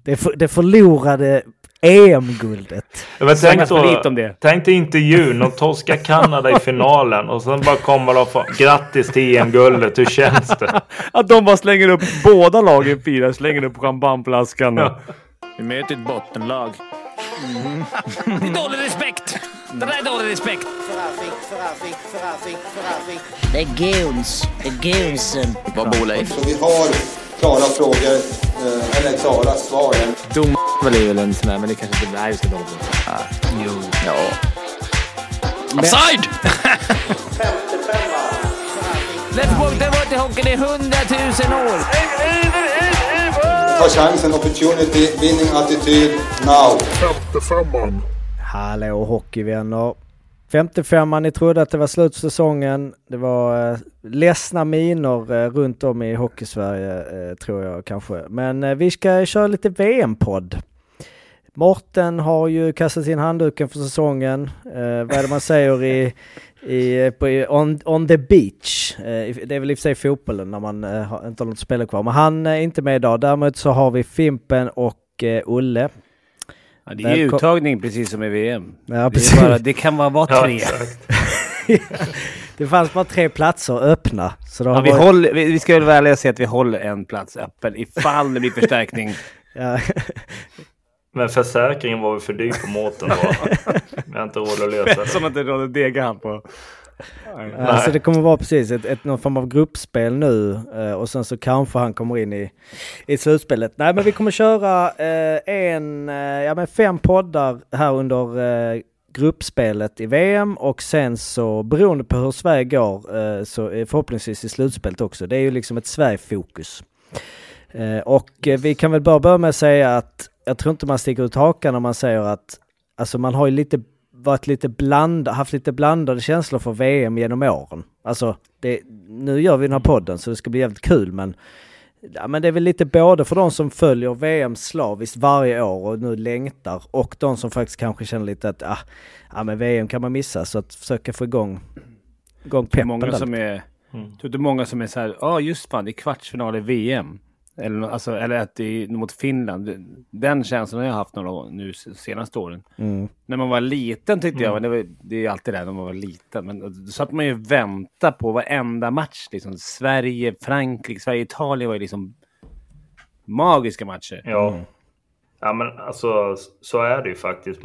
Det förlorade EM-guldet. Tänk dig intervjun och torska Kanada i finalen och sen bara kommer de och grattis till EM-guldet. Hur känns det? Att de bara slänger upp båda lagen 4, slänger upp champagneflaskan. Ja. Vi möter ett bottenlag. Det är dålig respekt. Det där är dålig respekt. Det är gunsen. Vad bor Leif? Så vi har klara frågor eller klara svar. Dom är väl en sån här, men det kanske inte är så dåligt. Jo. Ja. Offside! Let's walk the water hockey, det är 100 000 år. Ta chansen, opportunity, winning attityd, now. 55-man. Hallå hockeyvänner. 55-man, ni trodde att det var slutsäsongen. Det var ledsna miner runt om i Hockeysverige tror jag kanske. Men vi ska köra lite VM-podd. Morten har ju kastat in handduken för säsongen. Vad är det man säger on the beach? Det är väl i och för sig fotbollen när man inte har något spel kvar. Men han är inte med idag. Däremot så har vi Fimpen och Olle. Ja, det är ju uttagning precis som i VM. Ja, precis. Det kan vara 3. Det fanns bara 3 platser öppna. Så då vi ska väl välja säga att vi håller en plats öppen ifall det blir förstärkning. Ja. Men försäkringen var väl för dyr på måten då. Vi har inte råd att lösa det. Som att det råder dega han på. Så det kommer vara precis någon form av gruppspel nu. Och sen så kanske han kommer in i slutspelet. Nej, men vi kommer köra 5 poddar här under gruppspelet i VM. Och sen så beroende på hur Sverige går så förhoppningsvis i slutspelet också. Det är ju liksom ett Sverige-fokus. Och vi kan väl börja med att säga att jag tror inte man sticker ut hakan när man säger att alltså man har ju haft lite blandade känslor för VM genom åren. Alltså nu gör vi den här podden så det ska bli jävligt kul, men det är väl lite både för de som följer VM slaviskt varje år och nu längtar, och de som faktiskt kanske känner lite att men VM kan man missa, så att försöka få igång peppen. Många som är det är många som är så här, just fan, det är kvartsfinal i VM. Eller att det är mot Finland. Den känslan har jag haft några år nu senaste åren. När man var liten tyckte jag, men det är alltid det när man var liten. Men då satt man ju vänta på varenda match. Liksom Sverige, Frankrike, Sverige, Italien var ju liksom magiska matcher. Ja, men alltså så är det ju faktiskt.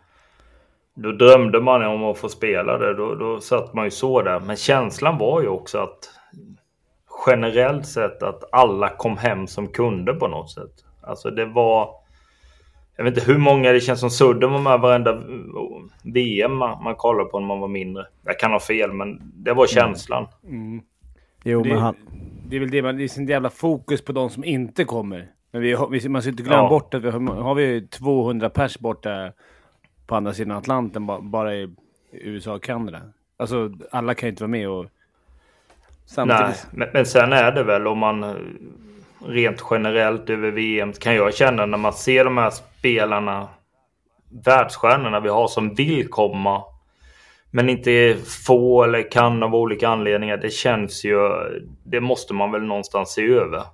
Då drömde man om att få spela det. Då satt man ju så där. Men känslan var ju också att generellt sett att alla kom hem som kunde på något sätt. Alltså det var, jag vet inte hur många, det känns som Sudden var med varenda VM man kollar på när man var mindre. Jag kan ha fel, men det var känslan. Jo, men det är väl det, det är sin jävla fokus på de som inte kommer. Men man ska inte glömma bort att har vi 200 pers borta på andra sidan Atlanten bara i USA och Kanada. Alltså alla kan ju inte vara med och samtidigt. Nej, men sen är det väl, om man rent generellt över VM kan jag känna när man ser de här spelarna, världsstjärnorna vi har som vill komma men inte få eller kan av olika anledningar, det känns ju, det måste man väl någonstans se över.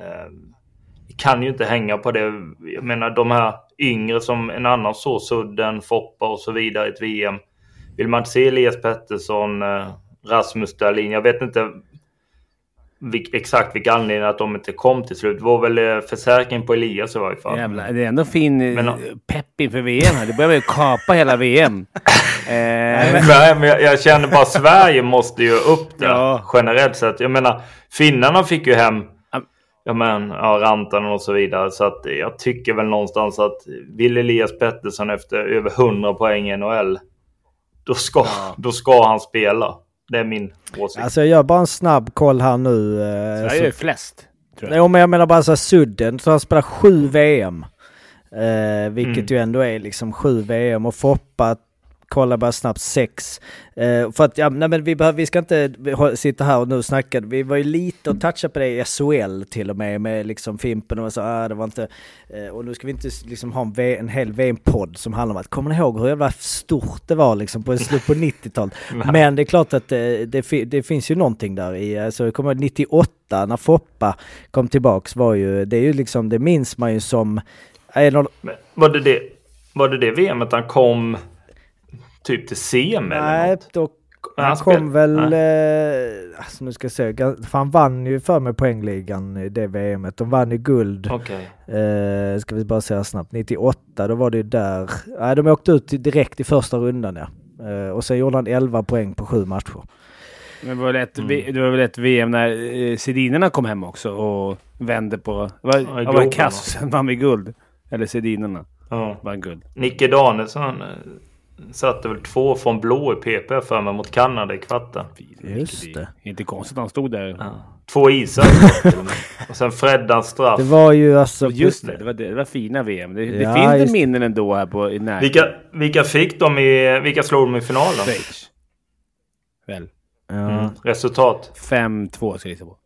Vi kan ju inte hänga på det. Jag menar de här yngre som en annan så, Sudden, Foppa och så vidare i ett VM. Vill man se Elias Pettersson, Rasmus Dahlin, jag vet inte exakt vilka anledningar att de inte kom till slut. Det var väl försäkring på Elias i varje fall. Jävla, det är ändå fin pepp inför VM här. Det börjar väl kapa hela VM. Nej, men jag känner bara Sverige måste ju upp det generellt sett. Jag menar, finnarna fick ju hem Rantanen och så vidare. Så att jag tycker väl någonstans att vill Elias Pettersson efter över 100 poäng i NHL, då ska han spela. Det är min åsikt. Alltså jag gör bara en snabb koll här nu. Sverige är flest, tror jag. Jo, men jag menar bara så här, Sudden, så han spelar 7 VM. Vilket ju ändå är liksom 7 VM. Och Foppa, kolla bara snabbt 6. För att, men vi ska inte sitta här och nu snacka. Vi var ju lite och toucha på det i SHL till och med liksom Fimpen och så, det var inte, och nu ska vi inte liksom ha en hel VM-podd som handlar om att, kommer ni ihåg hur jävla stort det var liksom på 90-talet. Men det är klart att det finns ju någonting där i, alltså jag kommer 98 när Foppa kom tillbaks, det är ju liksom, det minns man ju som Men var det VMet han kom typ till CM eller Nej, något? då han kom väl... alltså nu ska jag se. För han vann ju för med poängligan i det VMet. De vann ju guld. Okej. Ska vi bara säga snabbt. 98, då var det ju där. Nej, de åkte ut direkt i första rundan, ja. Och sen gjorde han 11 poäng på 7 matcher. Men det var väl ett VM när Sedinerna kom hem också och vände på... var kass sen vann vi guld. Eller Sedinerna vann guld. Nicke Danielsson satte väl 2 från blå i PP för mig mot Kanada i kvarten. Just det. Inte konstigt han stod där. Ja. 2 isar. Och sen Freddans straff. Det var ju alltså... Just det var fina VM. Det finns det minnen ändå här på i närheten. Vilka slog de i finalen? Schweiz. Väl. Ja. Resultat? 5-2 ska jag gissa på.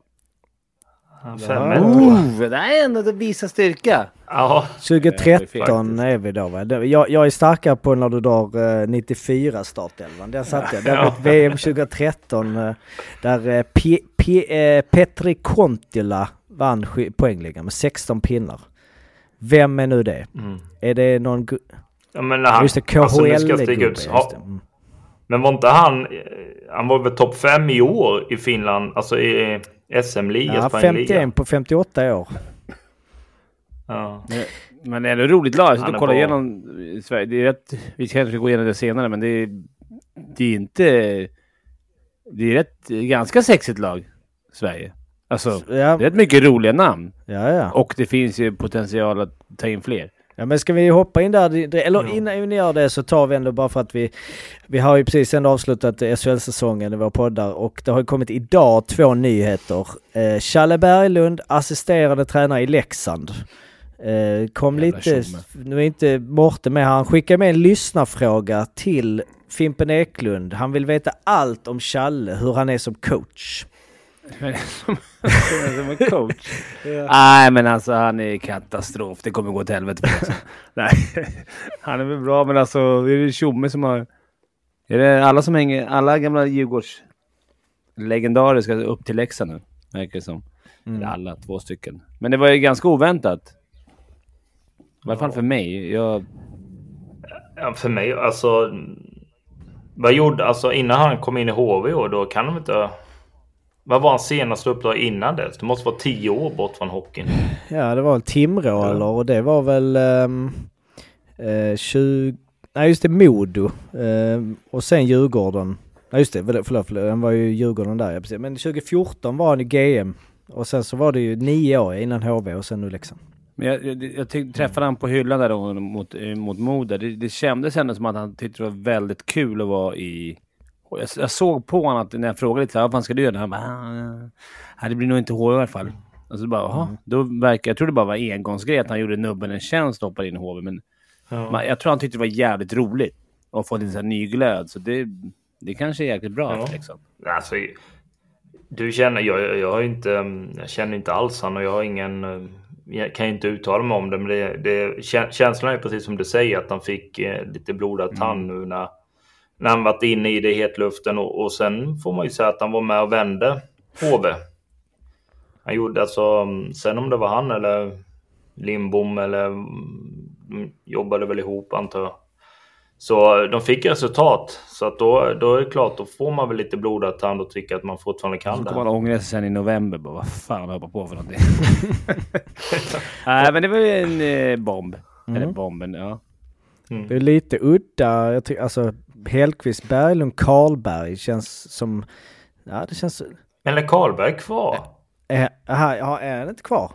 5-1. Det är ändå att visa styrka. Ja. 2013 är vi då, va? Jag är starkare på när du drar 94 startelvan. Den satt jag. Det var ett VM 2013 där Petri Kontila vann poängligan med 16 pinnar. Vem är nu det? Är det någon... Ja, men han, just det, KHL-gubbe. Men var inte han var väl topp 5 i år i Finland, alltså i SM-liga. Ja, 51 på 58 år. Ja. Men det är ett roligt lag. Så kolla igenom Sverige. Det är rätt, vi kanske ska gå igenom det senare, men det är inte... Det är ett ganska sexigt lag, Sverige. Alltså, det är rätt mycket roliga namn. Ja. Och det finns ju potential att ta in fler. Ja, men ska vi hoppa in där? Eller innan vi gör det så tar vi ändå bara för att vi har ju precis ändå avslutat SHL-säsongen i våra poddar och det har ju kommit idag 2 nyheter. Challe Berglund, assisterande tränare i Leksand. Kom lite, nu är inte Morten med här. Han skickar med en lyssnarfråga till Fimpen Eklund. Han vill veta allt om Challe, hur han är som coach. som en coach. Nej, men alltså han är katastrof. Det kommer gå till helvete för oss. Nej, han är väl bra, men alltså det är det Tjomme som har... Är det alla som hänger, alla gamla Djurgårds legendarer ska upp till Leksand nu, verkar det som. Alla 2 stycken. Men det var ju ganska oväntat. I alla fall för mig. Ja, för mig, alltså... Vad gjorde, alltså innan han kom in i HV och då kan de inte... Vad var hans senaste uppdrag innan det? Det måste vara 10 år bort från hockeyn. Ja, det var väl Timrå eller, och det var väl 20... Nej, just det, Modo. Och sen Djurgården. Nej, just det, förlåt. Han var ju Djurgården där, ja, precis. Men 2014 var han i GM. Och sen så var det ju 9 år innan HV och sen nu liksom. Men jag träffade han på hyllan där då, mot Modo. Det kändes ändå som att han tyckte det var väldigt kul att vara i... Jag såg på honom att när jag frågade lite vad fan ska du göra? Han bara, det blir nog inte HV i alla fall. Alltså bara, då verkar, jag tror det bara var engångsgrej att han gjorde nubben en tjänst och hoppade in i HV. Men jag tror han tyckte det var jävligt roligt att få lite så här ny glöd. Så det kanske är jäkligt bra. Liksom. Alltså, du känner, jag känner inte alls han och jag har ingen... Jag kan inte uttala mig om det, men känslan är precis som du säger att han fick lite blodad tand nu när han varit inne i det hetluften och sen får man ju säga att han var med och vände HV. Han gjorde alltså, sen om det var han eller Lindbom eller jobbade väl ihop antar jag. Så de fick resultat. Så att då är det klart, då får man väl lite blodad tand och tycker att man fortfarande kan det. Så kommer man ångra sig sen i november. Bara, vad fan hoppar på för någonting? Nej, men det var ju en bomb. Eller bomben, ja. Det är lite udda. Jag tycker, alltså, Hellqvist, Berglund, Karlberg känns som... Ja, det känns... Eller Karlberg kvar? Är han inte kvar?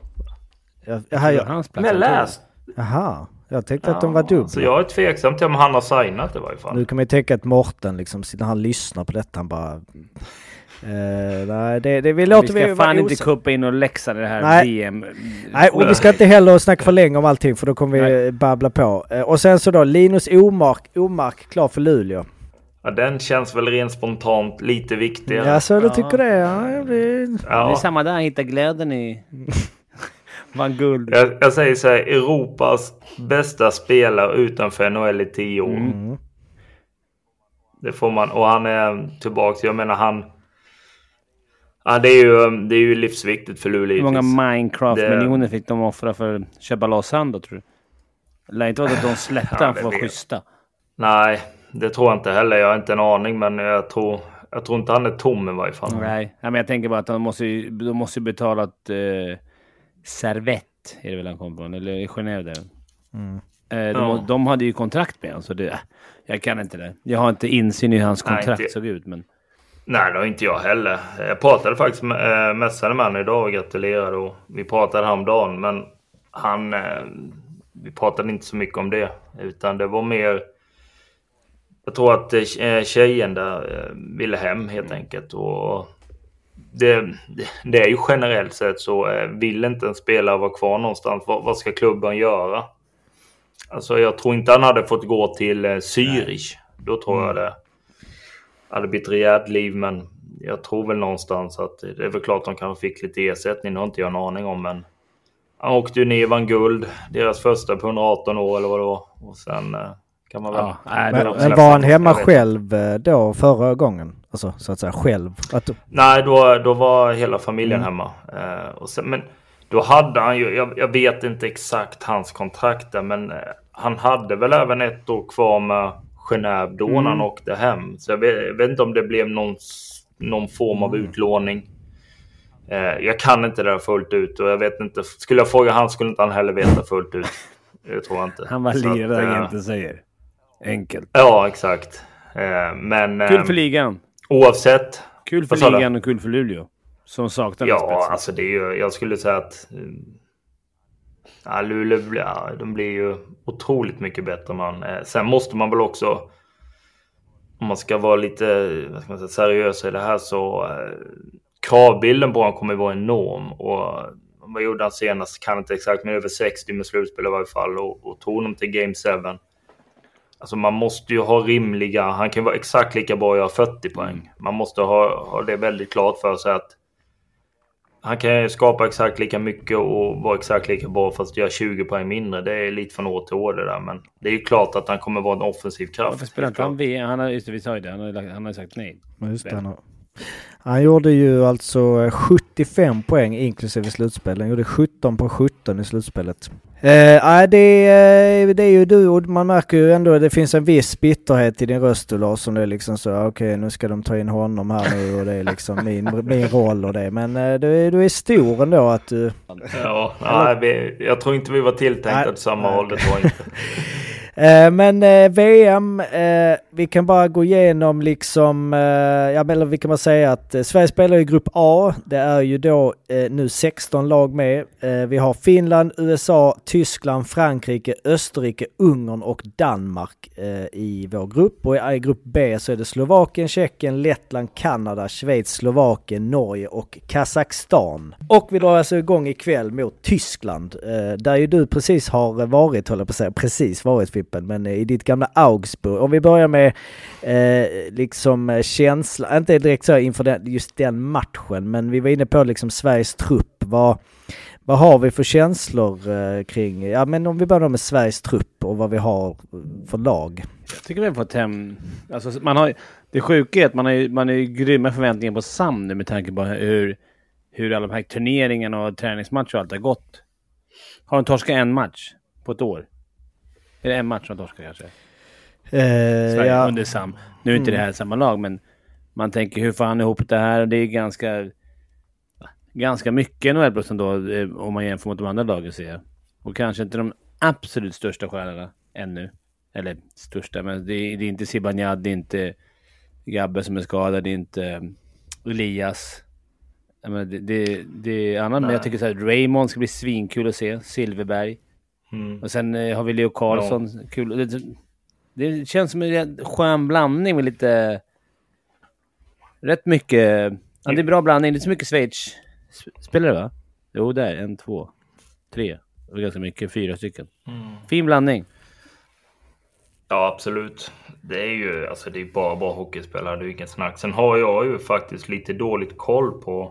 Men läst. Aha. Jag tänkte att de var dubbla. Så jag är tveksam till om han har signat det i varje fall. Nu kan man ju tänka att Morten liksom, när han lyssnar på detta, han bara... nej, vi låter vi ska fan inte kuppa in och läxa det här VM. Nej, och vi ska inte heller snacka för länge om allting, för då kommer vi babbla på. Och sen så då, Linus Omark klar för Luleå. Ja, den känns väl rent spontant lite viktigare. Ja, så du tycker det? Ja, det är samma där, hitta glöden i... Man guld. Jag säger så här, Europas bästa spelare utanför NHL i 10 år. Det får man, och han är tillbaka. Jag menar han... Ja, det är ju livsviktigt för Luleå. Hur många Minecraft-miljoner fick de offra för att köpa loss han då, tror du? Lär inte vara att de släppte han för att vara schyssta. Nej, det tror jag inte heller. Jag har inte en aning, men jag tror inte han är tom i varje fall. Nej, men jag tänker bara att de måste betala ett servett, är det väl han kom från, eller i Genève där. De hade ju kontrakt med honom, så jag kan inte det. Jag har inte insyn i hans kontrakt såg ut, men... Nej, det har inte jag heller. Jag pratade faktiskt med mässade med honom idag och gratulerade, och vi pratade häromdagen, men vi pratade inte så mycket om det, utan det var mer... Jag tror att tjejen där ville hem helt enkelt, och det är ju generellt sett så vill inte en spelare vara kvar någonstans. Vad ska klubben göra? Alltså jag tror inte han hade fått gå till Zürich. Då tror jag det hade blivit rejält liv, men jag tror väl någonstans att det är väl klart att de kanske fick lite ersättning. Det har inte jag en aning om, men han åkte ju ner, vann guld, deras första på 118 år eller vad det var, och sen kan man väl... Men var han hemma själv då förra gången? Alltså så att säga själv? Nej, då var hela familjen hemma. Och sen, men då hade han ju, jag vet inte exakt hans kontrakt där, men han hade väl även ett år kvar med Genève då när han åkte hem. Så jag vet inte om det blev någon form av utlåning. Jag kan inte det där fullt ut, och jag vet inte, skulle jag fråga han skulle inte han heller veta fullt ut. Jag tror inte. Han var lirare, agenten säger. Enkelt. Ja, exakt. Men kul för ligan. Oavsett. Kul för ligan och kul för Luleå. Som saknar spetsen. Alltså det är ju, jag skulle säga att Luleå, de blir ju otroligt mycket bättre man. Sen måste man väl också, om man ska vara lite seriös i det här, så kravbilden på honom kommer vara enorm, och vad gjorde han senast kan inte exakt, men över 60 med slutspel i varje fall, och tog honom till Game 7. Alltså man måste ju ha rimliga, han kan vara exakt lika bra och göra 40 poäng. Man måste ha det väldigt klart för sig att han kan skapa exakt lika mycket och vara exakt lika bra fast göra 20 poäng mindre. Det är lite från år till år det där, men det är ju klart att han kommer vara en offensiv kraft. Varför spelar inte han VM? Han har, just det, vi sa ju det, han har sagt nej. Just det, han gjorde ju alltså 75 poäng inklusive slutspel. Han gjorde 17 på 17 i slutspelet. Det är ju du, och man märker ju ändå att det finns en viss bitterhet i din röst, Lars, som det är liksom så, okej, nu ska de ta in honom här nu och det är liksom min roll och det. Men du är stor ändå att du... Ja, jag tror inte vi var tilltänkta till samma roll, det tror jag inte. Men VM, vi kan bara gå igenom liksom, eller vi kan bara säga att Sverige spelar i grupp A. Det är ju då nu 16 lag med. Vi har Finland, USA, Tyskland, Frankrike, Österrike, Ungern och Danmark i vår grupp. Och i grupp B så är det Slovakien, Tjeckien, Lettland, Kanada, Schweiz, Slovakien, Norge och Kazakstan. Och vi drar alltså igång ikväll mot Tyskland, där ju du precis har varit, håller på att säga, precis varit, men i ditt gamla Augsburg. Om vi börjar med liksom känsla, inte direkt så inför just den matchen, men vi var inne på liksom Sveriges trupp. Vad har vi för känslor kring, men om vi börjar med Sveriges trupp och vad vi har för lag? Jag tycker vi har fått hem, alltså det sjuka är att man är ju grymma förväntningar på Sam nu med tanke på hur alla de här turneringarna och träningsmatcher och allt har gått. Har de torskat en match på ett år? Är det en match som torskar kanske? Sverige under Sam. Nu är inte det här samma lag, men man tänker hur får han ihop det här? Och det är ganska mycket NHL-bussen då, om man jämför mot de andra lagen, ser jag. Och kanske inte de absolut största stjärnorna ännu. Eller största, men det är inte Zibanejad, det är inte Gabbe som är skadad, det är inte Elias. Men det är annat, men jag tycker så här, Raymond ska bli svinkul att se. Silverberg. Och sen har vi Leo Karlsson. Ja. Kul. Det känns som en skön blandning med lite rätt mycket. Ja, det är bra blandning. Det är så mycket Schweiz spelare, va? Jo, där. 1, 2, 3. Det är ganska mycket. 4 stycken. Fin blandning. Ja, absolut. Det är ju, alltså det är bara bra hockeyspelare. Det är ju ingen snack. Sen har jag ju faktiskt lite dåligt koll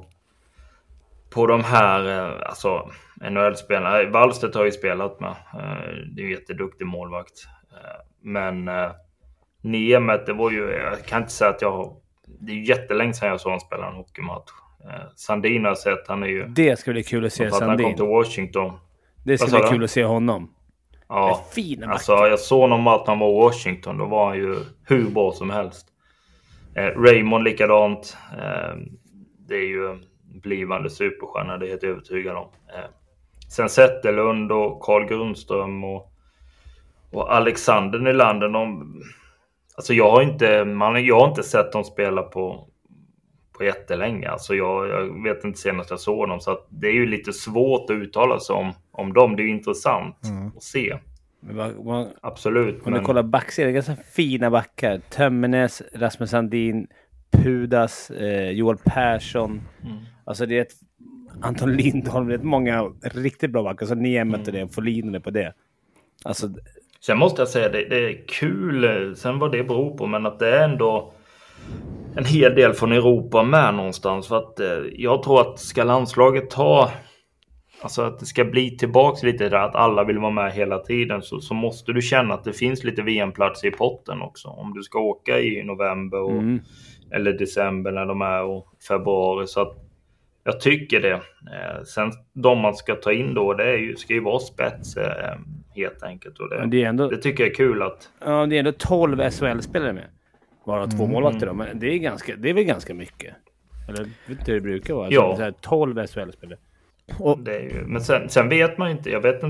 på de här, alltså NHL-spelarna. Wallstedt har ju spelat med. Det är ju jätteduktig målvakt. Men Niemet, det var ju, jag kan inte säga att det är ju jättelänge sedan jag såg en spela en hockeymatch. Sandin har jag sett, han är ju... Det ska bli kul att se Sandin. Han kom till Washington. Det ska bli kul att se honom. Ja, fina backar. alltså jag såg någon att han var i Washington. Då var han ju hur bra som helst. Raymond likadant. Det är ju blivande superstjärna, det är helt övertygad om. Sen Zetterlund och Carl Grundström och Alexander Nylander. Alltså jag har inte sett dem spela på jättelänge. Alltså jag vet inte senast jag såg dem. Så att det är ju lite svårt att uttala sig om dem. Det är ju intressant att se. Absolut. Om du kollar backserien, ganska fina backar. Tömmernes, Rasmus Sandin, Pudas, Joel Persson. Alltså det är ett Anton Lindholm. Det är många riktigt bra backar. Så Niemet och det, Folin på det. Alltså... Sen måste jag säga det är kul. Sen vad det beror på. Men att det är ändå en hel del från Europa med någonstans. För att jag tror att ska landslaget alltså att det ska bli tillbaks lite där, att alla vill vara med hela tiden, så måste du känna att det finns lite VM-plats i potten också. Om du ska åka i november eller december när de är och februari. Så att jag tycker det. Sen de man ska ta in då, ska ju vara spets helt enkelt. Och det tycker jag är kul att... Ja, det är ändå 12 SHL-spelare med. Bara 2 målvakter då, men det är väl ganska mycket. Eller vet inte hur det brukar vara. Ja. Så här 12 SHL-spelare. Det är ju, men sen vet man inte. Jag vet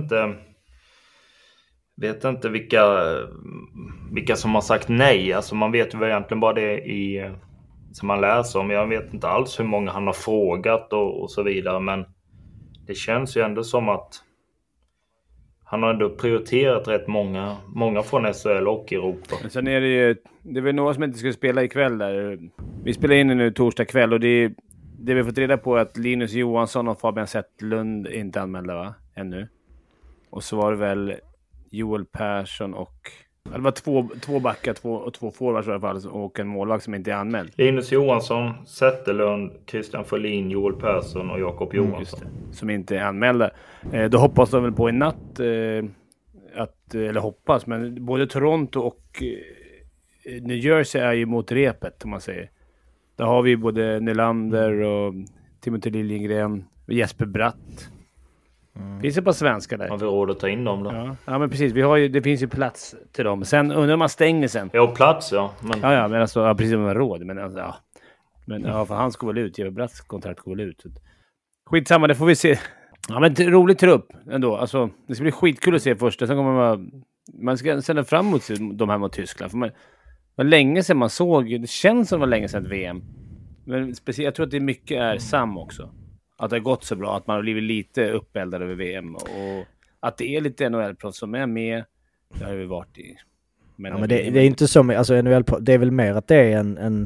inte vilka som har sagt nej. Alltså man vet ju egentligen bara det som man läser om. Jag vet inte alls hur många han har frågat och så vidare. Men det känns ju ändå som att han har ändå prioriterat rätt många från SHL och Europa. Men sen är det är väl några som inte ska spela ikväll där. Vi spelar in nu torsdag kväll och det vi fått reda på är att Linus Johansson och Fabian Zetterlund inte anmälda, va? Ännu. Och så var det väl Joel Persson det var två backar och 2 forwards i alla fall, och en målvakt som inte är anmäld. Linus Johansson, Zetterlund, Christian Folin, Joel Persson och Jakob Johansson. Som inte är anmälda. Då hoppas de väl på en natt eller hoppas, men både Toronto och New Jersey är ju mot repet, om man säger. Där har vi både Nylander och Timothy Liljegren och Jesper Bratt. Finns det på svenska där? Har vi råd att ta in dem då? Ja, men precis. Det finns ju plats till dem. Sen undrar man stänger sen. Ja, plats ja. Men... Ja, men alltså, precis som en råd. Men alltså, ja. Men för han ska väl ut. Jesper Bratts kontrakt går väl ut. Skitsamma, det får vi se. Ja, men rolig trupp ändå. Alltså, det ska bli skitkul att se först. Sen kommer man ska sända fram mot de här mot Tyskland. För var länge sedan man såg, det känns som det var länge sedan ett VM. Men speciellt, jag tror att det mycket är Sam också. Att det har gått så bra, att man har blivit lite uppeldad över VM. Och att det är lite NHL-proffs som är med, det har vi varit i. Men det är inte så med, alltså NHL, det är väl mer att det är en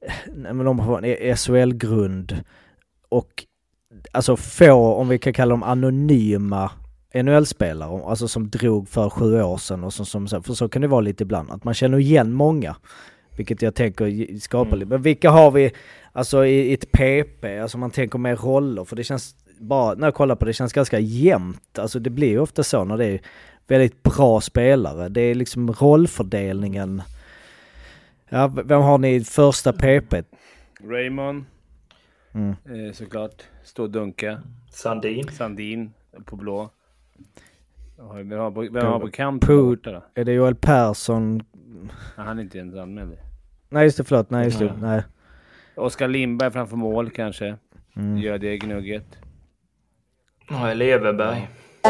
SHL-grund. Och alltså om vi kan kalla dem anonyma NHL-spelare, alltså som drog för 7 år sedan och för så kan det vara lite ibland, att man känner igen många, vilket jag tänker skapar lite. Men vilka har vi alltså i ett PP, alltså man tänker mer roller, för det känns bara, när jag kollar på det känns ganska jämnt, alltså det blir ju ofta så när det är väldigt bra spelare, det är liksom rollfördelningen. Ja, vem har ni i första PP? Raymond såklart, stå och dunka. Sandin på blå. Vem har på kamp borta då? Är det Joel Persson? Ja, han är inte ens anmäld. Nej just det, förlåt. Nej just det. Nej. Oskar Lindberg framför mål kanske. Gör det gnugget. Ja, Leverberg.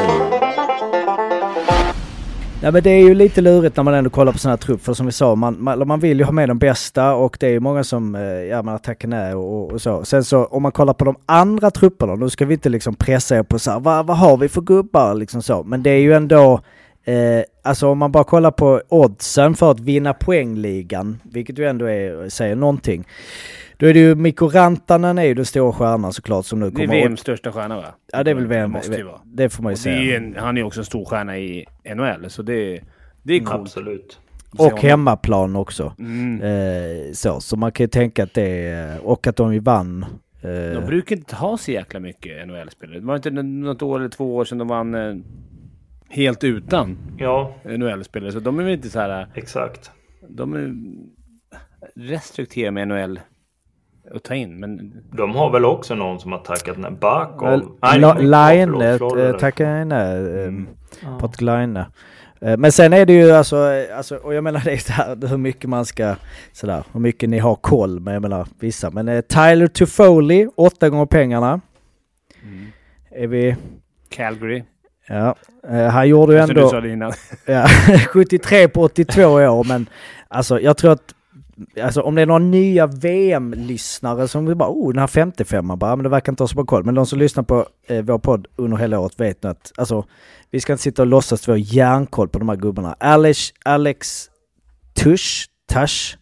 Nej, men det är ju lite lurigt när man ändå kollar på sådana här trupp, för som vi sa, man vill ju ha med de bästa, och det är ju många som man har tackat nej och så. Sen så om man kollar på de andra trupperna, nu ska vi inte liksom pressa er på så här, vad har vi för gubbar liksom så, men det är ju ändå alltså om man bara kollar på oddsen för att vinna poängligan, vilket ju ändå säger någonting. Då är det ju Mikko Rantanen, är ju den stora stjärnan såklart som nu kommer. Det är VMs största stjärna, va? Ja, det är väl VM. Det får man ju säga. Han är också en stor stjärna i NHL, så det är coolt. Absolut. Och hemmaplan också. Så man kan ju tänka att det är, och att de ju vann. De brukar inte ha så jäkla mycket NHL-spelare. Det var inte något år eller 2 år sedan de vann helt utan NHL-spelare. Så de är väl inte så här... Exakt. De är restriktiva med NHL att ta in. Men... De har väl också någon som har tackat nej. Barkov. Line tackar nej. Patrik Line. Men sen är det ju alltså, och jag menar det är så här, hur mycket man ska sådär, hur mycket ni har koll med, jag menar vissa. Men Tyler Toffoli, 8 gånger pengarna. Är vi... Calgary. Ja, han gjorde ju ändå... Du sa det innan. Ja, 73 på 82 år, men alltså jag tror att alltså, om det är några nya VM-lyssnare som vill bara, den här 55 bara, men det verkar inte ha så bra koll. Men de som lyssnar på vår podd under hela året vet nu att alltså, vi ska inte sitta och låtsas vara järnkoll på de här gubbarna. Alex Tush,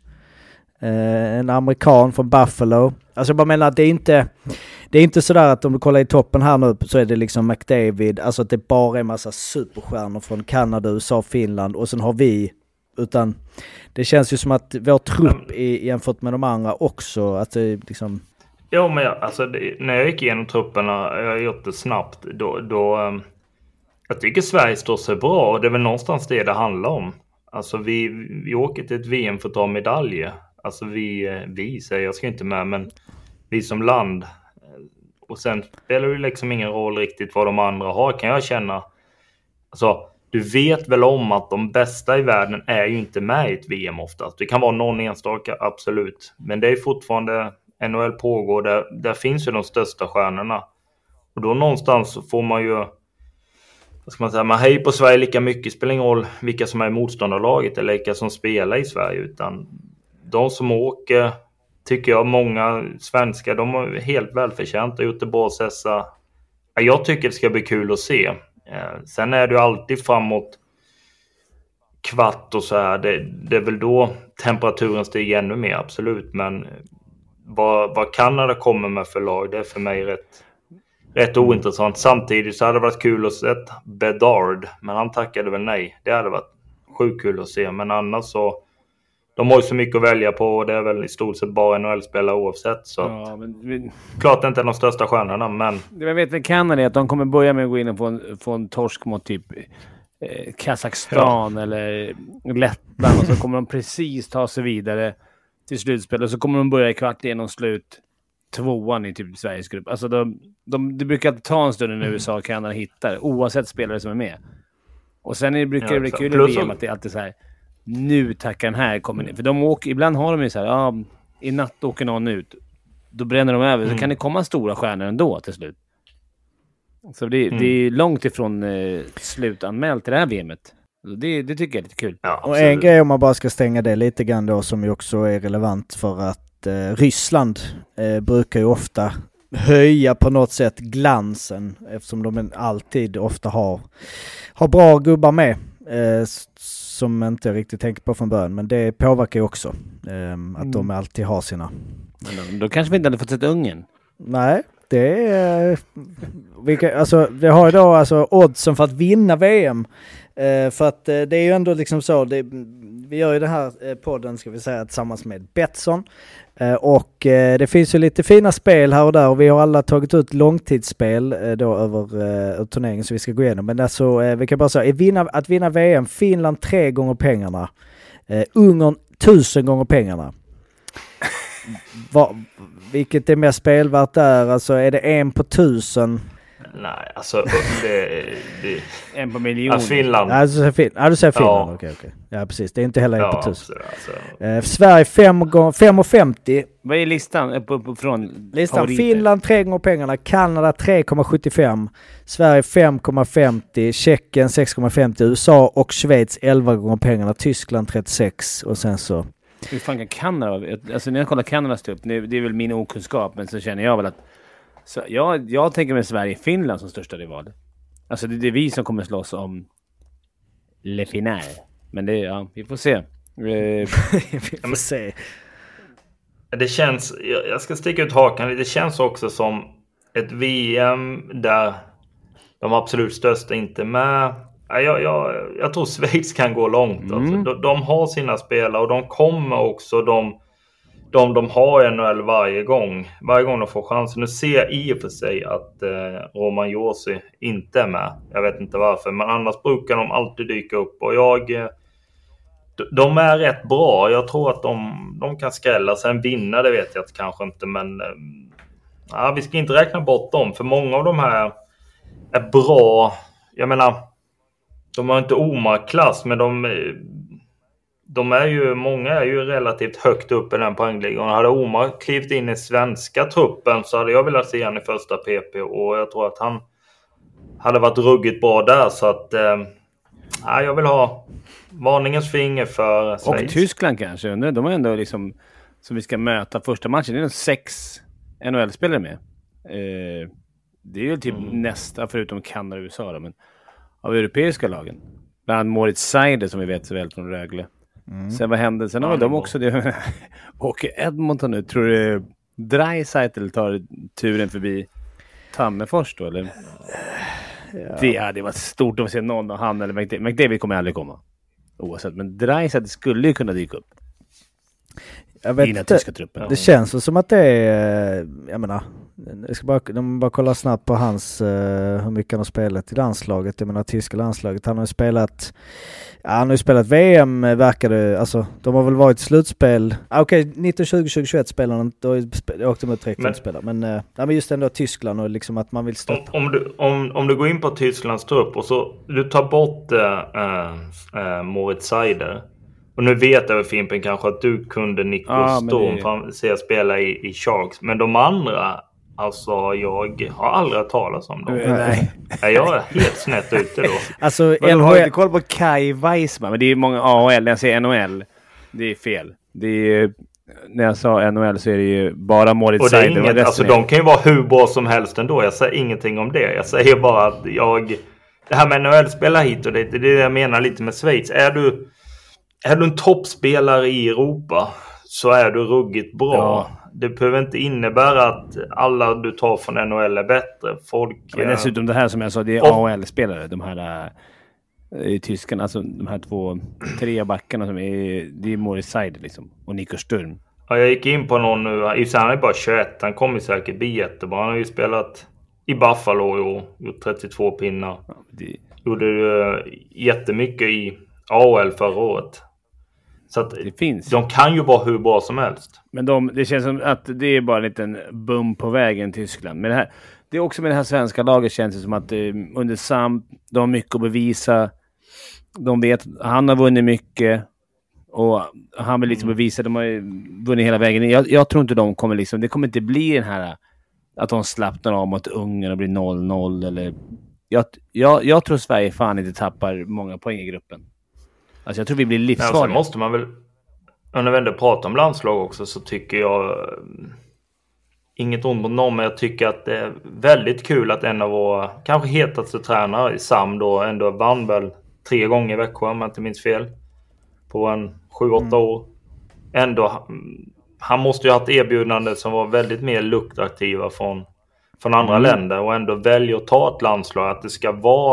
en amerikan från Buffalo. Alltså jag bara menar att det är inte sådär att om du kollar i toppen här nu så är det liksom McDavid, alltså att det bara är en massa superstjärnor från Kanada, USA, Finland och sen har vi, utan det känns ju som att vår trupp är jämfört med de andra också, att det liksom... Ja, men när jag gick igenom trupperna, jag har gjort det snabbt, då jag tycker Sverige står sig bra och det är väl någonstans det handlar om. Alltså vi åker till ett VM för att ta medaljer. Alltså vi säger, jag ska inte med, men vi som land. Och sen spelar det liksom ingen roll riktigt vad de andra har, kan jag känna. Alltså, du vet väl om att de bästa i världen är ju inte med i ett VM oftast. Det kan vara någon enstaka, absolut. Men det är fortfarande, NHL pågår, där finns ju de största stjärnorna. Och då någonstans får man ju, vad ska man säga, man hejar på Sverige lika mycket. Spelar ingen roll vilka som är i motståndarlaget eller vilka som spelar i Sverige, utan de som åker, tycker jag, många svenskar, de har helt välförtjänta gjort det bra. Jag tycker det ska bli kul att se. Sen är det ju alltid framåt kvart och så här. Det är väl då temperaturen stiger ännu mer, absolut. Men vad Kanada kommer med för lag, det är för mig rätt ointressant. Samtidigt så hade det varit kul att se Bedard, men han tackade väl nej. Det hade varit sjukt kul att se, men annars så de har ju så mycket att välja på och det är väl i stort sett bara NHL-spelare oavsett. Så ja, men klart det inte är de största stjärnorna, men... Det jag vet med Kanada är att de kommer börja med att gå in och få en torsk mot typ Kazakstan eller Lettland och så kommer de precis ta sig vidare till slutspel och så kommer de börja i kvart igenom slut 2:an i typ Sveriges grupp. Alltså det brukar alltid ta en stund när USA och Kanada hittar, oavsett spelare som är med. Och sen brukar det bli kul i VM att det är alltid så här, nu tackar den här kommer ner. För de åker, ibland har de ju så här, i natt åker någon ut. Då bränner de över. Så kan det komma stora stjärnor ändå till slut. Så det är långt ifrån slutanmält till det här VMet. Det tycker jag är lite kul. Ja, och en grej om man bara ska stänga det lite grann då, som ju också är relevant för att Ryssland brukar ju ofta höja på något sätt glansen, eftersom de alltid ofta har bra gubbar med som inte riktigt tänker på från början, men det påverkar ju också att de alltid har sina. Men då kanske vi inte hade fått sett Ungern. Nej, det är vi har ju då alltså oddsen för att vinna VM, för att det är ju ändå liksom så, vi gör ju den här podden, ska vi säga, tillsammans med Betsson. Och det finns ju lite fina spel här och där, och vi har alla tagit ut långtidsspel då över turneringen, så vi ska gå igenom. Men alltså, vi kan bara säga att vinna VM, Finland 3 gånger pengarna, Ungern 1000 gånger pengarna. Vilket är mer spelvärt där? Alltså är det 1 på 1000? Nej, alltså det 1 på miljon. Ja, Finland. Ja, du säger Finland. Ja. Okej. Ja, precis. Det är inte heller 1 på 1000. Alltså. Sverige 5,50. Vad är listan från Listan favoriter? Finland 3 gånger pengarna, Kanada 3,75, Sverige 5,50, Tjeckien 6,50, USA och Schweiz 11 gånger pengarna, Tyskland 36 och sen så... Hur fan kan Kanada... Alltså när jag kollar Kanadas trupp, det är väl min okunskap, men så känner jag väl att... Så jag tänker med Sverige-Finland som största rival. Alltså det är vi som kommer slåss om Le Final. Men det vi får se. Vi får se. Det känns, jag ska sticka ut hakan lite, det känns också som ett VM där de absolut största inte är med. Jag tror Schweiz kan gå långt. Alltså. De har sina spelare och de kommer också, de har NHL varje gång de får chansen. Nu ser jag i och för sig att Roman Josi inte är med. Jag vet inte varför, men annars brukar de alltid dyka upp. Och de är rätt bra. Jag tror att de kan skrälla. Sen vinna, det vet jag att kanske inte. Men vi ska inte räkna bort dem. För många av de här är bra. Jag menar, de har inte Omar-klass. Men många är ju relativt högt upp i den poängligan. Hade Omar klivit in i svenska truppen så hade jag velat se han i första PP. Och jag tror att han hade varit ruggigt bra där. Så att jag vill ha varningens finger för Schweiz. Och Tyskland kanske. De är ändå liksom, som vi ska möta första matchen. Det är 6 NHL-spelare med. Det är ju typ nästa, förutom Kanada och USA då, men av europeiska lagen. Bland annat Moritz Seider som vi vet så väl från Rögle. Sen vad hände? Sen har de också det. Åker Edmonton nu. Tror du Draisaitl tar turen förbi Tammerfors då? Eller? Ja. Det var stort att se någon av han eller McDavid kommer aldrig komma. Oavsett. Men Draisaitl skulle ju kunna dyka upp. Jag vet inte. Det känns som att det är, jag menar, jag ska bara kolla snabbt på hans hur mycket han har spelat i landslaget. Jag menar tyska landslaget. Han har ju spelat VM, verkar det, alltså de har väl varit i slutspel. Okej, 1920-2021 spelar han, då åkte de ut direkt slutspelare. Men just ändå Tyskland och liksom att man vill stoppa. Om du går in på Tysklands trupp och så du tar bort Moritz Seider. Och nu vet jag Fimpen kanske att du kunde Nico Storm för att se spela i Sharks. Men de andra, alltså jag har aldrig talat om dem. Nej. Jag är helt snett ute då. Alltså, jag har inte koll på Kai Weissman, men det är många AHL. När jag säger NHL, det är fel. Det är, när jag sa NHL så är det ju bara Moritz Seider. Alltså de kan ju vara hur bra som helst ändå. Jag säger ingenting om det. Jag säger bara att det här med NHL spelar hit och det är det jag menar lite med Schweiz. Är du en toppspelare i Europa så är du ruggigt bra. Ja. Det behöver inte innebära att alla du tar från NHL är bättre. Men dessutom det här som jag sa, det är AHL-spelare. De här i tyskarna, alltså de här 2-3 backarna som det är Moritz Seider liksom. Och Nico Sturm. Ja, jag gick in på någon nu. Han är bara 21. Han kommer säkert bli jättebra. Han har ju spelat i Buffalo och gjort 32 pinnar. Ja, gjorde jättemycket i AHL förra året. Så att det finns. De kan ju vara hur bra som helst. Men det känns som att det är bara en liten bump på vägen till Tyskland. Men det är också med det här svenska laget känns det som att under Sam, de har mycket att bevisa. De vet, han har vunnit mycket. Och han vill liksom bevisa, de har ju vunnit hela vägen. Jag tror inte de kommer liksom, det kommer inte bli den här att de slappnar av mot Ungern och blir 0-0 eller... Jag tror Sverige fan inte tappar många poäng i gruppen. Alltså jag tror vi blir livsfarliga. Sen måste man väl, när vi ändå pratar om landslag också, så tycker jag, inget ont mot någon, men jag tycker att det är väldigt kul att en av våra kanske hetaste tränare, Sam då, ändå vann väl 3 gånger i Växjö om jag inte minns fel, på en 7-8 år. Ändå, han måste ju ha haft erbjudanden som var väldigt mer lukrativa från andra länder och ändå välja att ta ett landslag, att det ska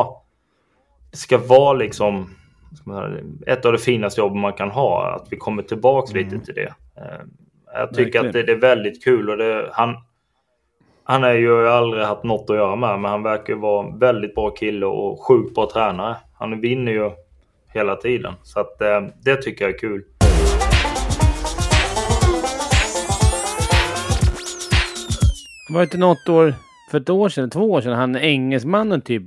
vara liksom ett av de finaste jobben man kan ha, att vi kommer tillbaka lite till det. Jag tycker att det är väldigt kul och han är ju aldrig haft något att göra med, men han verkar ju vara en väldigt bra kille och sjukt bra tränare. Han vinner ju hela tiden, så att det tycker jag är kul. Var det inte något år, för 2 år sedan, han engelsmannen typ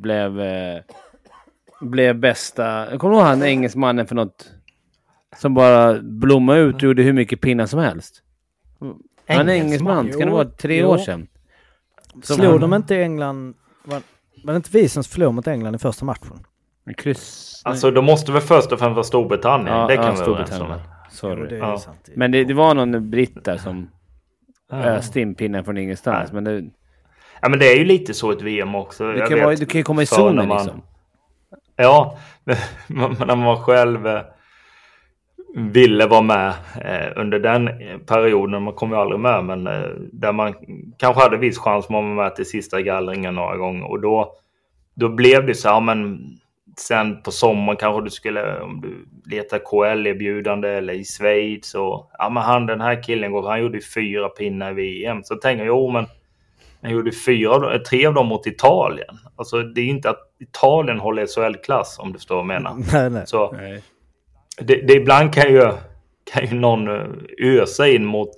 blev bästa. Jag kommer ihåg han engelsmannen för något som bara blommade ut och gjorde hur mycket pinnar som helst. Han är engelsman, kan det vara 3 år sedan. Slog de inte England, var det inte vi som förlorade mot England i första matchen? Alltså de måste väl först och främst vara Storbritannien. Ja, det kan vi Storbritannien. Sorry. Ja. Men det var någon britt där som öste in pinnen från ingenstans. Men men det är ju lite så ett VM också. Du kan ju komma i zonen liksom. Ja, när man själv ville vara med under den perioden, man kom ju aldrig med, men där man kanske hade viss chans att vara med till sista gallringen några gånger, och då blev det så här, men sen på sommaren kanske du skulle, om du letar KL-erbjudande eller i Schweiz, och men den här killen han gjorde 4 pinnar i VM, så tänker jag, men han gjorde 3 av dem mot Italien. Alltså det är inte att Italien håller SHL-klass, om du förstår vad jag menar. Nej. Så det ibland kan ju någon ösa in mot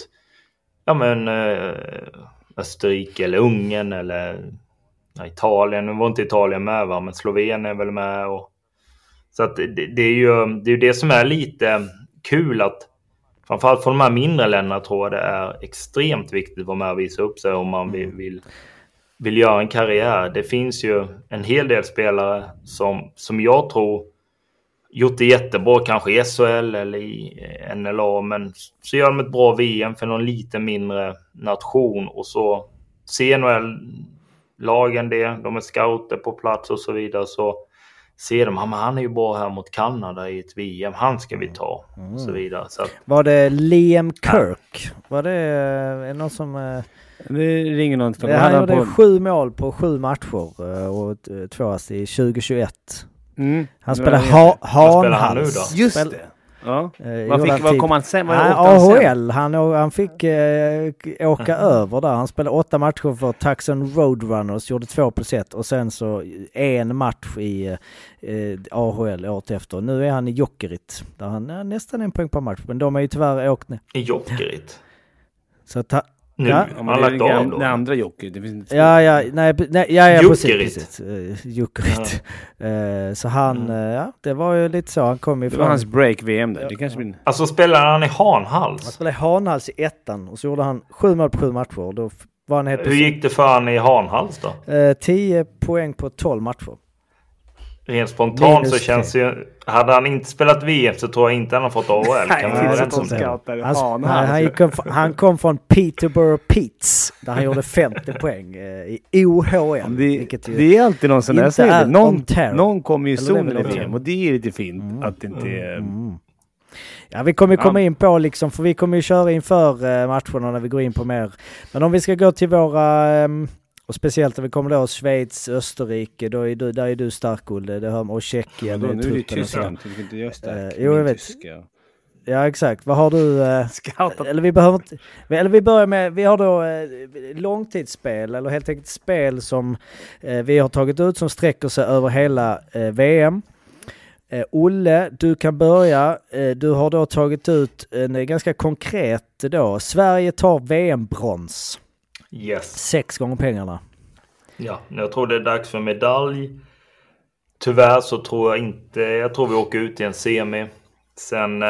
Österrike eller Ungern eller Italien. Nu var inte Italien med, va? Men Slovenien är väl med. Så att det är ju det som är lite kul, att framförallt för de här mindre länderna tror jag det är extremt viktigt att vara med och visa upp sig om man vill göra en karriär. Det finns ju en hel del spelare som jag tror gjort det jättebra, kanske i SHL eller i NLA, men så gör de ett bra VM för någon lite mindre nation, och så ser NHL-lagen de är scouter på plats och så vidare, så ser de, han är ju bra här mot Kanada i ett VM, han ska vi ta och så vidare. Så att, var det Liam Kirk? Var det någon som... Det ringer någon. Han gjorde 7 mål på 7 matcher och 2 ass i 2021. Han spelade Hanhals. Just det. Ja. Vad kom han sen? AHL. Han fick åka över där. Han spelade 8 matcher för Tucson Roadrunners, gjorde 2+1 och sen så 1 match i AHL året efter. Nu är han i Jokerit där han är nästan 1 poäng per match, men de är ju tyvärr åkt ner. I Jokerit? Så att nu har han lagt av då. Det andra Jokerit. Precis. Jokerit. Så han, det var ju lite så. Han kom ifrån. Det var hans break-VM där. Det kanske blir... Alltså spelade han i Hanhals? Han spelade i Hanhals i 1:an och så gjorde han 7 mål på 7 matcher. Då var han helt... Hur gick det för han i Hanhals då? 10 poäng på 12 matcher. Rent spontant så känns ju... Hade han inte spelat VM så tror jag inte han har fått AHL. Han kom från Peterborough Pete's där han gjorde 50 poäng i OHL. Det är alltid någon sån där säger. Någon kommer ju zonen i VM och det är lite fint att det inte är... Ja, vi kommer komma in på liksom, för vi kommer ju köra inför matcherna när vi går in på mer. Men om vi ska gå till våra... Och speciellt när vi kommer då Schweiz, Österrike, där är du stark, Olle. Det hör, och Tjeckien. Nu är det Tyskland. Jo, jag vet. Ja, exakt. Vad har du? Eller vi behöver inte... Eller vi börjar med... Vi har då långtidsspel, eller helt enkelt spel som vi har tagit ut som sträcker sig över hela VM. Olle, du kan börja. Du har då tagit ut en ganska konkret då. Sverige tar VM-brons. Yes. 6 gånger pengarna. Ja, jag tror det är dags för medalj. Tyvärr så tror jag inte... Jag tror vi åker ut i en semi. Sen...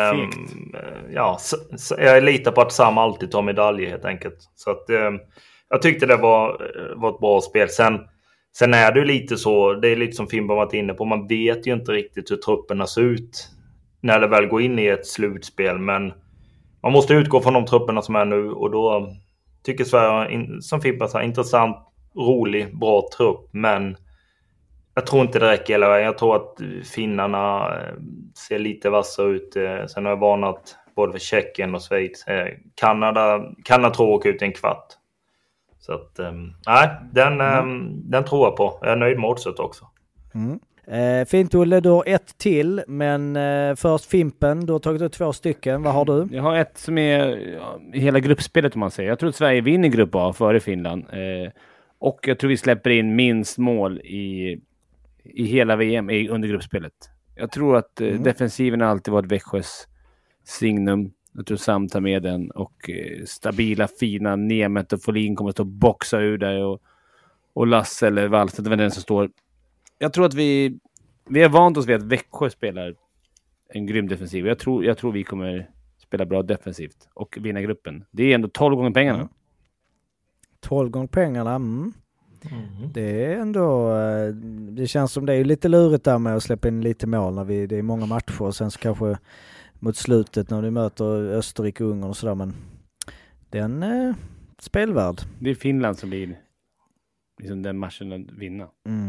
jag litar på att Sam alltid tar medalj helt enkelt. Så att jag tyckte det var ett bra spel. Sen är det ju lite så... Det är lite som Fimba varit inne på. Man vet ju inte riktigt hur trupperna ser ut när det väl går in i ett slutspel. Men man måste utgå från de trupperna som är nu. Och då... Tycker Sverige, som Fimpa sa, intressant, rolig, bra trupp. Men jag tror inte det räcker hela vägen. Jag tror att finnarna ser lite vassa ut. Sen har jag varnat både för Tjeckien och Schweiz. Kanada tror jag åker ut i en kvart. Så att, den tror jag på. Jag är nöjd med oddset också. Fint, Olle, du har 1 till, men först Fimpen, du har tagit ut 2 stycken. Vad har du? Jag har ett som är hela gruppspelet, om man säger. Jag tror att Sverige vinner grupp A före Finland. Och jag tror vi släpper in minst mål i hela VM under gruppspelet. Jag tror att defensiven har alltid varit Växjös signum. Jag tror Sam tar med den, och stabila, fina Nemeth och Folin kommer att stå och boxa ur där, och Lasse eller Wallstedt, det är den som står. Jag tror att vi har vant oss vid att Växjö spelar en grym defensiv. Jag tror vi kommer spela bra defensivt och vinna gruppen. Det är ändå 12 gånger pengarna. 12 gånger pengarna. Det är ändå... Det känns som det är lite lurigt där med att släppa in lite mål när det är många matcher. Och sen så kanske mot slutet när du möter Österrike och Ungern och sådär. Men det är en spelvärld. Det är Finland som blir liksom den matchen att vinna.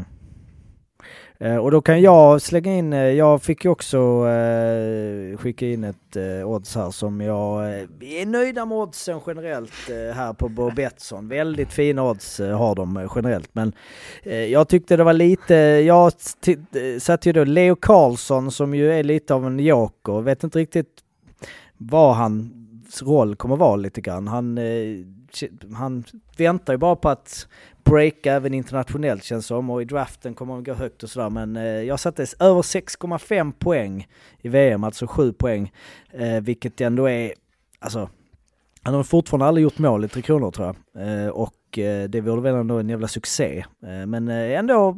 Och då kan jag slänga in, jag fick ju också skicka in ett odds här som jag är nöjda med oddsen generellt här på Betsson. Väldigt fina odds har de generellt, men jag tyckte det var lite, jag satt ju då Leo Karlsson som ju är lite av en joker, vet inte riktigt vad hans roll kommer vara lite grann. Han han väntar ju bara på att breaka även internationellt känns som, och i draften kommer han gå högt och sådär, men jag satte över 6,5 poäng i VM, alltså 7 poäng, vilket ändå är, alltså han har fortfarande aldrig gjort mål i 3 kronor tror jag, och det vore väl ändå en jävla succé, men ändå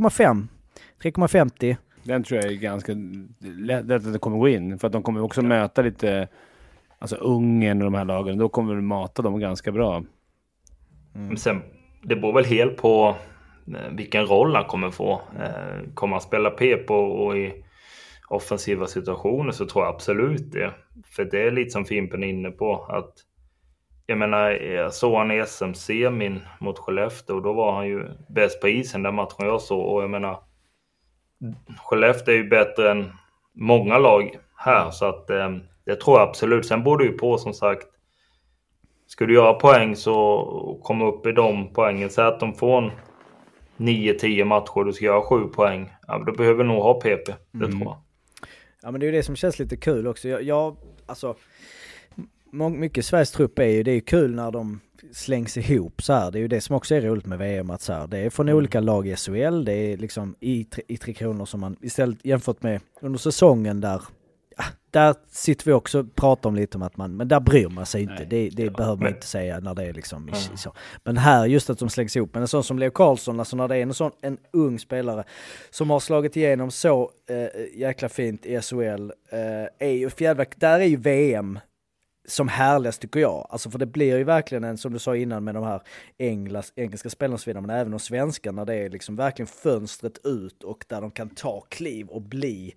3,50. Den tror jag är ganska lätt att det kommer gå in, för att de kommer också möta lite, alltså Ungern och de här lagen, då kommer de mata dem ganska bra. Men sen, det beror väl helt på vilken roll han kommer få. Kommer han spela PP och i offensiva situationer, så tror jag absolut det. För det är lite som Fimpen är inne på, att jag menar, jag såg han i SM-semin mot Skellefteå, och då var han ju bäst på isen den matchen jag såg, och jag menar, Skellefteå är ju bättre än många lag här, så att det tror jag absolut. Sen borde ju på, som sagt, ska du göra poäng så komma upp i de poängen, så att de får 9-10 matcher, du ska göra 7 poäng, ja, då behöver nog ha PP, det tror jag. Ja, men det är ju det som känns lite kul också. Jag alltså, mycket Sveriges trupp är ju, det är ju kul när de slängs ihop så här. Det är ju det som också är roligt med VM, att så här, det är från olika lag i SHL, det är liksom i 3 kronor som man istället jämfört med under säsongen där sitter vi också och pratar om lite om att men där bryr man sig inte. Det behöver man inte säga när det är liksom så. Men här, just att de slängs ihop. Men en sån som Leo Carlsson, alltså när det är en ung spelare som har slagit igenom så jäkla fint i SHL, är ju fjällverk. Där är ju VM som härligast tycker jag. Alltså för det blir ju verkligen en, som du sa innan med de här engelska spelarna och så vidare, men även de svenska, när det är liksom verkligen fönstret ut och där de kan ta kliv och bli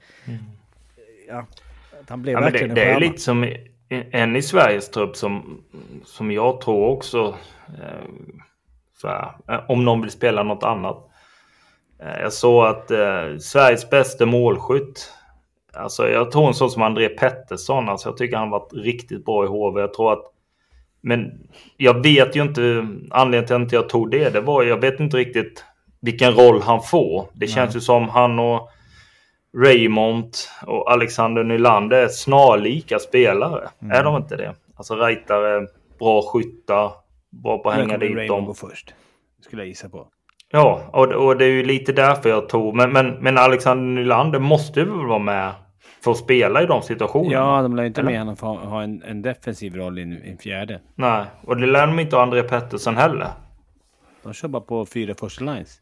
han blir verkligen det är lite som en i Sveriges trupp som jag tror också så här, om någon vill spela något annat. Jag såg att Sveriges bästa målskytt, alltså jag tror en sån som André Pettersson, alltså jag tycker han varit riktigt bra i HV. Jag tror att, men jag vet ju inte anledningen till att jag tog det var, jag vet inte riktigt vilken roll han får. Det känns ju som han och Raymond och Alexander Nylander är snarlika spelare. Är de inte det? Alltså rightare, bra skyttar, bra på att hänga dit dem. Raymond går först, skulle jag gissa på. Ja, och det är ju lite därför jag tog. Men Alexander Nylander måste ju väl vara med för att spela i de situationerna. Ja, de lär inte med honom för att ha en defensiv roll i en fjärde. Nej, och det lär de inte André Pettersson heller. De kör bara på 4 första lines.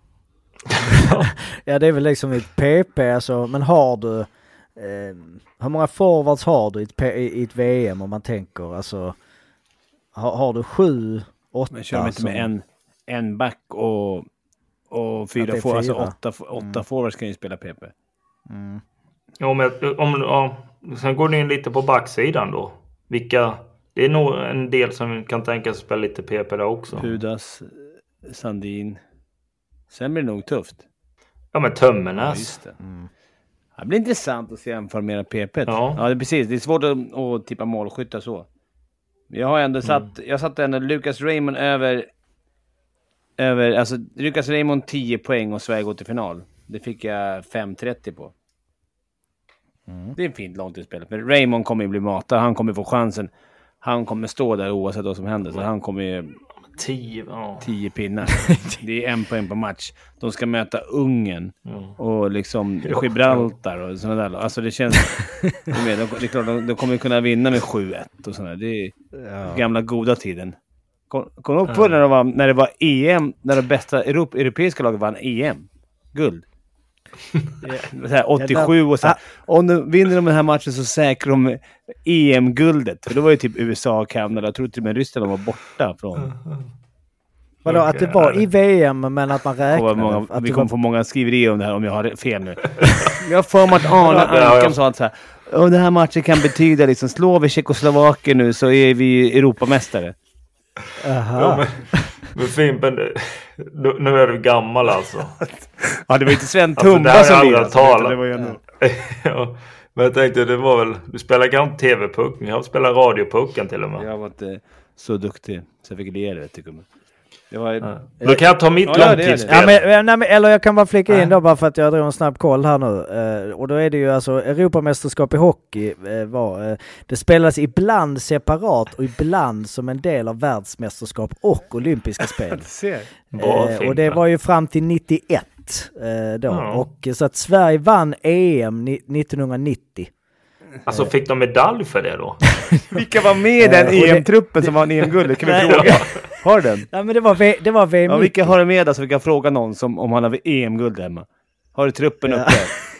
Ja, det är väl liksom ett PP, alltså, men har du hur många forwards har du i ett VM om man tänker, alltså har du 7, 8? Men kör de inte med en back och 4 forwards, alltså 8 forwards kan ju spela PP. Ja, men sen går ni in lite på backsidan då. Det är nog en del som kan tänka sig spela lite PP där också. Pudas, Sandin. Sen blir det nog tufft. Ja, men Tömmernes. Ja, just det. Det blir intressant att se jämföra med PP. Ja, det är precis. Det är svårt att tippa målskyttar så. Jag har ändå satt ändå Lucas Raymond över alltså Lucas Raymond 10 poäng och Sverige går till final. Det fick jag 5,30 på. Det är en fint långtidsspel. Men Raymond kommer ju bli matad. Han kommer få chansen. Han kommer stå där oavsett vad som händer. Så han kommer ju 10 pinnar. Det är 1 poäng på match. De ska möta Ungern och liksom Gibraltar och sådana där. Alltså det känns det är klart de kommer kunna vinna med 7-1 och sådär. Det är gamla goda tiden. Kom upp på när det var EM, när de bästa europeiska lagen vann EM. Guld. Så här 87 och så här. Om de vinner de den här matchen så säkrar de EM-guldet. För det var ju typ USA och Kanada. Jag tror till och med Ryssland var borta från. Vadå, att det var i VM men att man räknar? Vi kommer få många skriverier om det här om jag har fel nu. Jag får att Arne Ankan sa att så här, den här matchen kan betyda liksom, slår vi Tjeckoslovakien nu så är vi Europamästare. Ja, men Fimpen, nu är du gammal alltså. Ja, det var inte Sven Tumba alltså, som lirade. Det var ju ja, men jag tänkte, det var väl, du spelar kanske TV-pucken, jag spelar radiopucken till och med. Jag var inte så duktig så jag fick lira det, tycker jag. Det var... Då kan jag ta mitt långtidsspel. Eller jag kan bara flika in då bara för att jag drar en snabb koll här nu. Och då är det ju alltså Europamästerskap i hockey. Det spelas ibland separat och ibland som en del av världsmästerskap och olympiska spel. Och det var ju fram till 91 då. Och så att Sverige vann EM 1990. Alltså fick de medalj för det då? Vilka var med i den EM-truppen som var en EM-guld? Kan vi fråga? Har den? Nej, men det var VM. Ja, vilka har du med där så vi kan fråga någon om han har EM-guld hemma? Har du truppen uppe?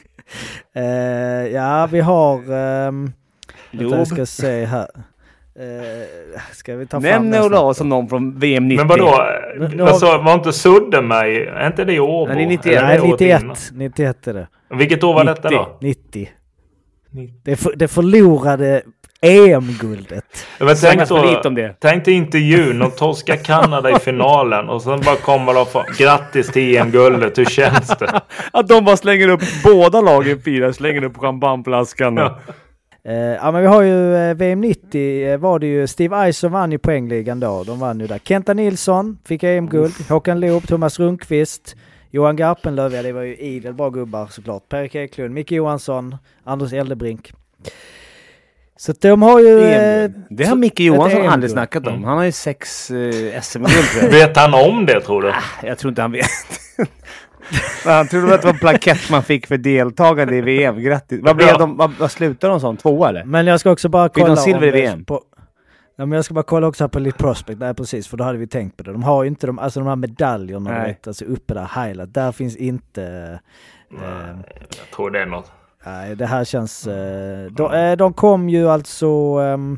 Ja, vi har... jag ska se här. Ska vi ta fram nämn Ola som någon från VM 90. Men vadå? Alltså, var inte Sudden med? Är inte det i år? Nej, 91. Nej, 91 är det. Vilket år var detta då? 90. Det förlorade EM-guldet. Tänk dig intervjun och torska Kanada i finalen och sen bara kommer de få grattis till EM-guldet. Hur känns det? Att de bara slänger upp båda lagen 4, slänger upp champagneflaskan. Ja, men vi har ju VM 90 var det ju Steve Eiser som vann i poängligan då. De vann ju där. Kenta Nilsson fick EM-guld. Håkan Loob, Thomas Rundqvist, Johan Garpenlöv, det var ju idel bra gubbar såklart. Per Eklund, Micke Johansson, Anders Eldebrink. Så de har ju... det har Micke Johansson aldrig snackat om. Han har ju 6 SM-guld. Vet han om det, tror du? Jag tror inte han vet. Han trodde att det var en plakett man fick för deltagande i VM. Grattis. Vad slutar de som? 2 eller? Men jag ska också bara kolla... Fick de silver i VM? Ja, men jag ska bara kolla också här på Elite Prospect. Nej, precis, för då hade vi tänkt på det. De har ju inte de här medaljerna, vet, alltså uppe där, highlight. Där finns inte... jag tror det är något. Nej, det här känns... de kom ju alltså...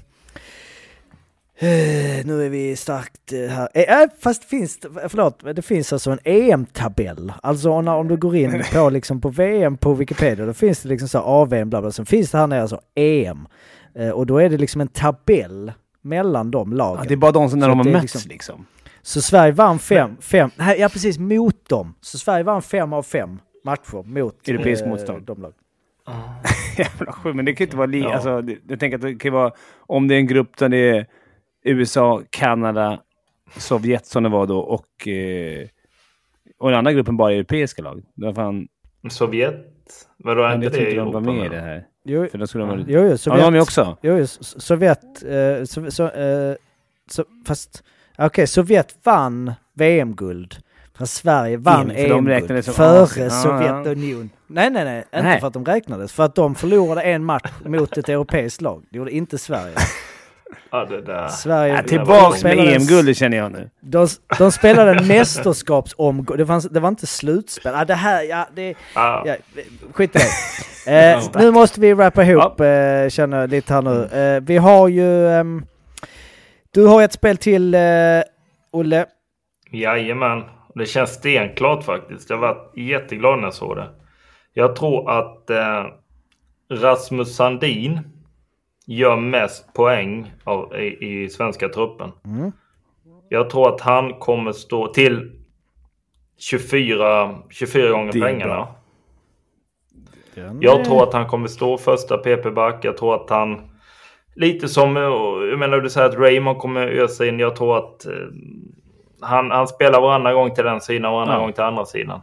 nu är vi starkt här. Fast det finns alltså en EM-tabell. Alltså om du går in på, liksom, på VM på Wikipedia, då finns det liksom så AVM bla bla. Sen finns det här nere alltså EM. Och då är det liksom en tabell mellan de lagen. Ja, det är bara de som när de har mötts liksom. Så Sverige vann 5. Ja, precis, mot dem. Så Sverige vann 5 av 5 matcher mot europeisk motstånd. De lag. Jävla sjukt, men det kan inte vara alltså, jag tänker att det kan vara, om det är en grupp där det är USA, Kanada, Sovjet som det var då och den andra gruppen bara europeiska lag. Sovjet? Vadå är inte det i Europa? De var med i det här. Jo, för då skulle de Sovjet. Ja, de är också. Jo, Sovjet fast okej, Sovjet vann VM-guld. För Sverige vann EM-guld före Sovjetunionen. Nej, inte för att de räknades. För att de förlorade en match mot ett europeiskt lag. Det gjorde inte Sverige. Ja, det där. Sverige tillbaka med EM-guld, känner jag nu. De spelade en mästerskapsomgång. Det var inte slutspel. Det här, skit i det. Nu måste vi rappa ihop, känner lite här nu. Vi har ju... du har ett spel till, Olle. Jajamän. Det känns stenklart faktiskt. Jag var jätteglad när jag såg det. Jag tror att Rasmus Sandin gör mest poäng i svenska truppen. Jag tror att han kommer stå till 24 gånger pengarna. Jag tror att han kommer stå första PP-back. Jag tror att han, lite som, jag menar du säger att Raymond kommer ösa in. Jag tror att han spelar varannan gång till den sidan och varannan gång till andra sidan.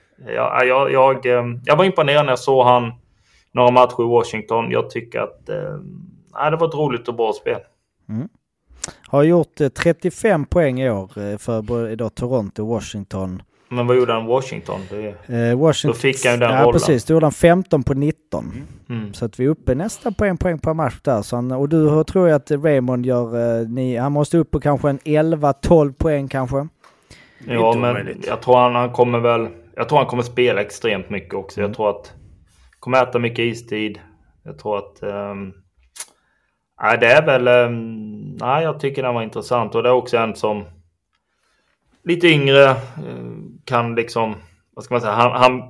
Jag var imponerad när jag såg han några matcher i Washington. Jag tycker att det var ett roligt och bra spel. Har gjort 35 poäng i år för både Toronto och Washington. Men vad gjorde han i Washington? Washington? Då fick han den rollen. Ja, precis. Då gjorde han 15 på 19. Så att vi är uppe nästan på 1 poäng per match där. Så och du tror jag att Raymond gör... han måste upp på kanske en 11-12 poäng kanske. Ja, men jag tror han kommer spela extremt mycket också. Jag tror att han kommer äta mycket istid. Jag tror att... det är väl... jag tycker den var intressant. Och det är också en som... lite yngre kan liksom, vad ska man säga, han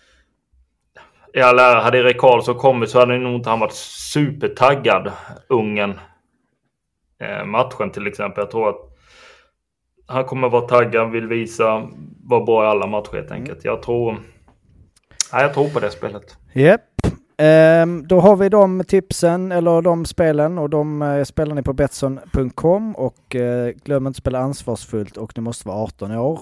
hade Erik Karlsson kommit så hade nog inte han varit supertaggad ungen matchen till exempel. Jag tror att han kommer vara taggad, vill visa vad bra i alla matcher helt enkelt. Jag tror på det spelet. Yep. Då har vi de tipsen eller de spelen och de spelar ni på Betsson.com och glöm inte att spela ansvarsfullt och ni måste vara 18 år.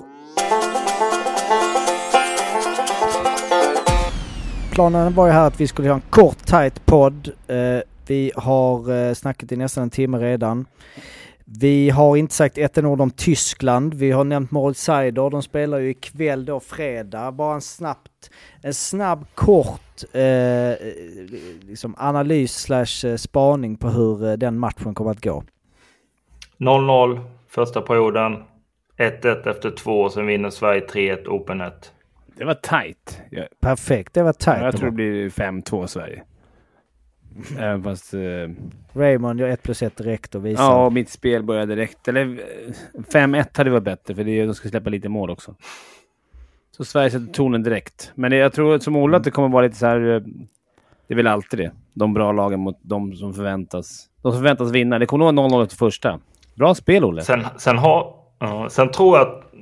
Planen var ju här att vi skulle ha en kort, tight podd. Vi har snackat i nästan en timme redan. Vi har inte sagt ett ord om Tyskland. Vi har nämnt Moritz Seider. De spelar ju ikväll då fredag. Bara en snabb kort liksom analys / spaning på hur den matchen kommer att gå. 0-0 första perioden. 1-1 efter 2 och sen vinner Sverige 3-1 Open 1. Det var tajt. Perfekt, det var tajt. Jag tror det blir 5-2 Sverige. Fast, Raymond gör 1+1 direkt och visar. Ja, mitt spel börjar direkt. Eller 5-1 hade varit bättre för de ska släppa lite mål också. Så Sverige sätter tonen direkt. Men jag tror som Ola att det kommer vara lite så här. Det är väl alltid det. De bra lagen mot de som förväntas. De som förväntas vinna. Det kommer nog vara 0-0 till första. Bra spel, Olle. Sen tror jag att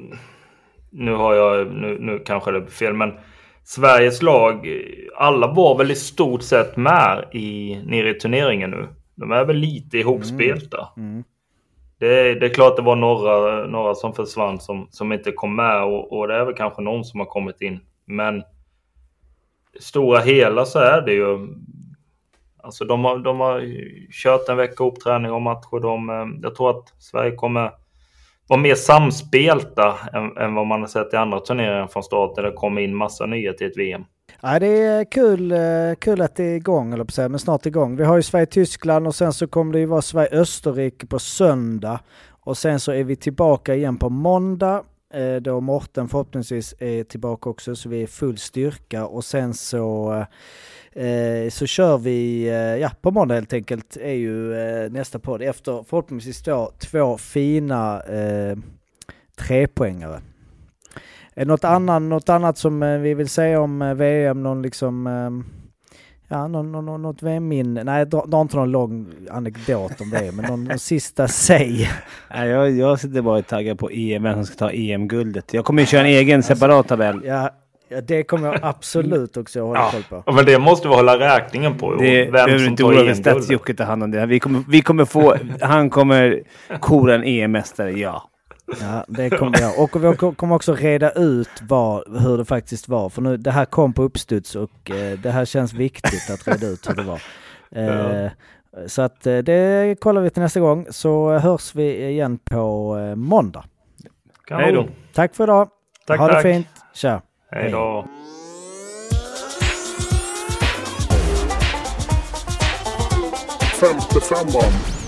nu kanske det är fel, men Sveriges lag, alla var väl i stort sett med nere i turneringen nu. De är väl lite ihopspelta. Det är klart det var några som försvann som inte kom med och det är väl kanske någon som har kommit in. Men stora hela så är det ju, alltså de har kört en vecka uppträning och matcher. Jag tror att Sverige kommer vara mer samspelta än vad man har sett i andra turneringar från start där det kommer in massa nya till ett VM. Ja, det är kul att det är igång, eller på sig, men snart igång. Vi har ju Sverige-Tyskland och sen så kommer det ju vara Sverige-Österrike på söndag. Och sen så är vi tillbaka igen på måndag. Då Morten förhoppningsvis är tillbaka också, så vi är full styrka. Och sen så kör vi, på måndag helt enkelt är ju nästa podd. Efter förhoppningsvis 2 fina 3-poängare. Är något annat som vi vill säga om VM? Någon liksom, något VM-minne? Nej, dra inte någon lång anekdot om det, men någon sista säg. Nej, jag sitter bara taggad på EM, vem som ska ta EM-guldet. Jag kommer ju köra en egen separat tabell. Ja, det kommer jag absolut också hålla koll på. Ja, men det måste vi hålla räkningen på. Det behöver inte oroa för Stadsjocke ta hand om det. Vi kommer få, han kommer kora en EM-mästare, ja. Ja, det kommer jag. Och vi kommer också reda ut hur det faktiskt var. För nu, det här kom på uppstuds och det här känns viktigt att reda ut hur det var. Så att det kollar vi till nästa gång. Så hörs vi igen på måndag. Hej då. Tack för idag. Ha det fint. Tja. Hej då. Femte femman.